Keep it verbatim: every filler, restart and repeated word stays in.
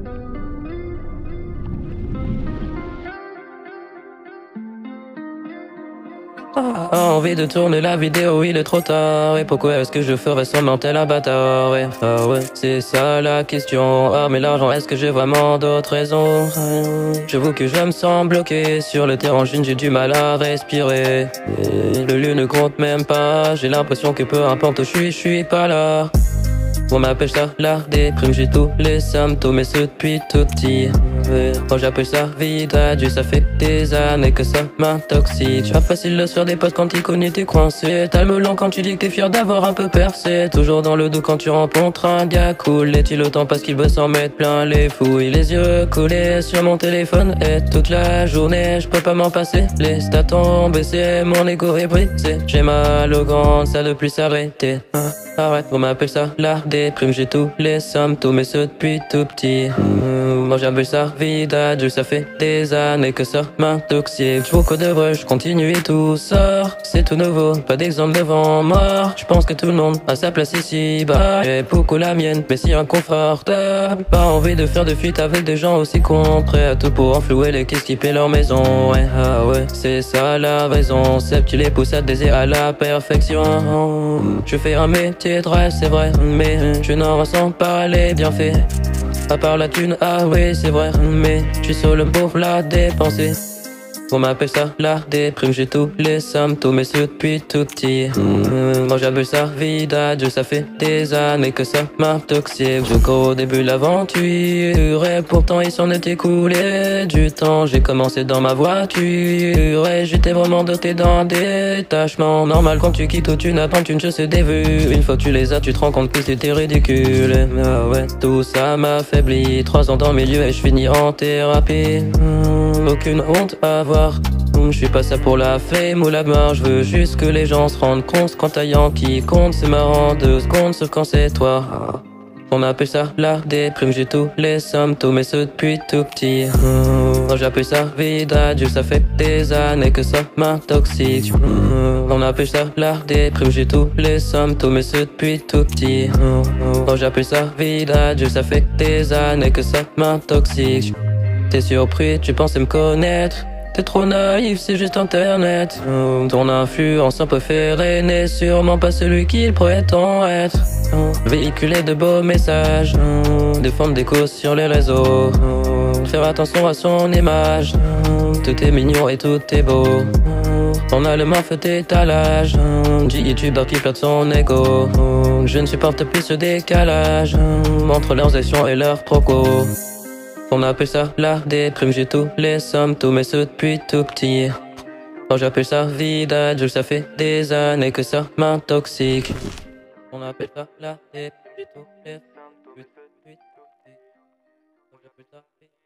Ah, envie de tourner la vidéo, il est trop tard. Et pourquoi est-ce que je ferais semblant tel un bâtard? Ouais, ah ouais, c'est ça la question. Ah mais l'argent, est-ce que j'ai vraiment d'autres raisons? J'avoue que je me sens bloqué sur le terrain, j'ai du mal à respirer. Et le lieu ne compte même pas, j'ai l'impression que peu importe où je suis, je suis pas là. On m'appelle ça la déprime, j'ai tous les symptômes et ce depuis tout petit. Moi j'appelle ça vie d'adieu, ça fait des années que ça m'intoxique. Pas facile de se faire des potes quand t'y connais t'es coincé. T'as le melon quand tu dis que t'es fier d'avoir un peu percé. Toujours dans le dos quand tu rencontres un gars cool. Est-il autant parce qu'il veut s'en mettre plein les fouilles? Les yeux collés sur mon téléphone et toute la journée je peux pas m'en passer. Les stats ont baissé, mon ego est brisé. J'ai mal au grand, ça ne plus s'arrêter. Arrête, on m'appelle ça la déprime, j'ai tous les symptômes et ce depuis tout petit. Mmh, moi j'appelle ça vie d'adieu, ça fait des années que ça m'intoxique. J'voue qu'au de vrai, je continue et tout sort. C'est tout nouveau, pas d'exemple devant mort. Je pense que tout le monde a sa place ici bas. Et beaucoup la mienne, mais si inconfortable. Pas envie de faire de fuite avec des gens aussi cons, prêts à tout pour enflouer les caisses qui paient leur maison. Ouais, ah ouais, c'est ça la raison. C'est tu les pousses à te désirer à la perfection. Je fais un métier de rêve, c'est vrai, mais je n'en ressens pas les bienfaits. À part la thune, ah oui, c'est vrai, mais je suis seul pour la dépenser. On m'appelle ça la déprime, j'ai tous les symptômes et ce depuis tout petit. Mmh, moi j'appelle ça vie d'adieu, ça fait des années que ça m'intoxique. Je cours au début de l'aventure et pourtant il s'en est écoulé du temps. J'ai commencé dans ma voiture et j'étais vraiment doté d'un détachement. Normal quand tu quittes ou tu n'attends qu'une chose c'est des vues. Une fois que tu les as tu te rends compte que c'était ridicule. Ah ouais, tout ça m'affaiblit. Trois ans dans le milieu et je finis en thérapie. Mmh, aucune honte à avoir. Je suis pas ça pour la fame ou la mort, je veux juste que les gens se rendent compte quand t'as qui compte, c'est marrant deux secondes sauf quand c'est toi. On appelle ça la déprime, j'ai tous les symptômes et ce depuis tout petit. Mmh, j'appelle ça vie d'adieu, ça fait des années que ça m'intoxique. Mmh, on appelle ça la déprime, j'ai tous les symptômes et ce depuis tout petit. Mmh, j'appelle ça vie d'adieu, ça fait des années que ça m'intoxique. T'es surpris, tu pensais me connaître? T'es trop naïf, c'est juste internet. euh, Ton influence un peu n'est sûrement pas celui qu'il prétend être. euh, Véhiculer de beaux messages, euh, défendre des causes sur les réseaux, euh, faire attention à son image. euh, Tout est mignon et tout est beau. euh, On a le morphe d'étalage, euh, du youtubeur qui perd son ego. euh, Je ne supporte plus ce décalage euh, entre leurs actions et leurs propos. On appelle ça la déprime, j'ai tous les symptômes et ce depuis tout petit. Quand j'appelle ça vie d'adieu, ça fait des années que ça m'intoxique. On appelle ça la déprime, j'ai tous les symptômes et ce depuis tout petit. Quand j'appelle ça vie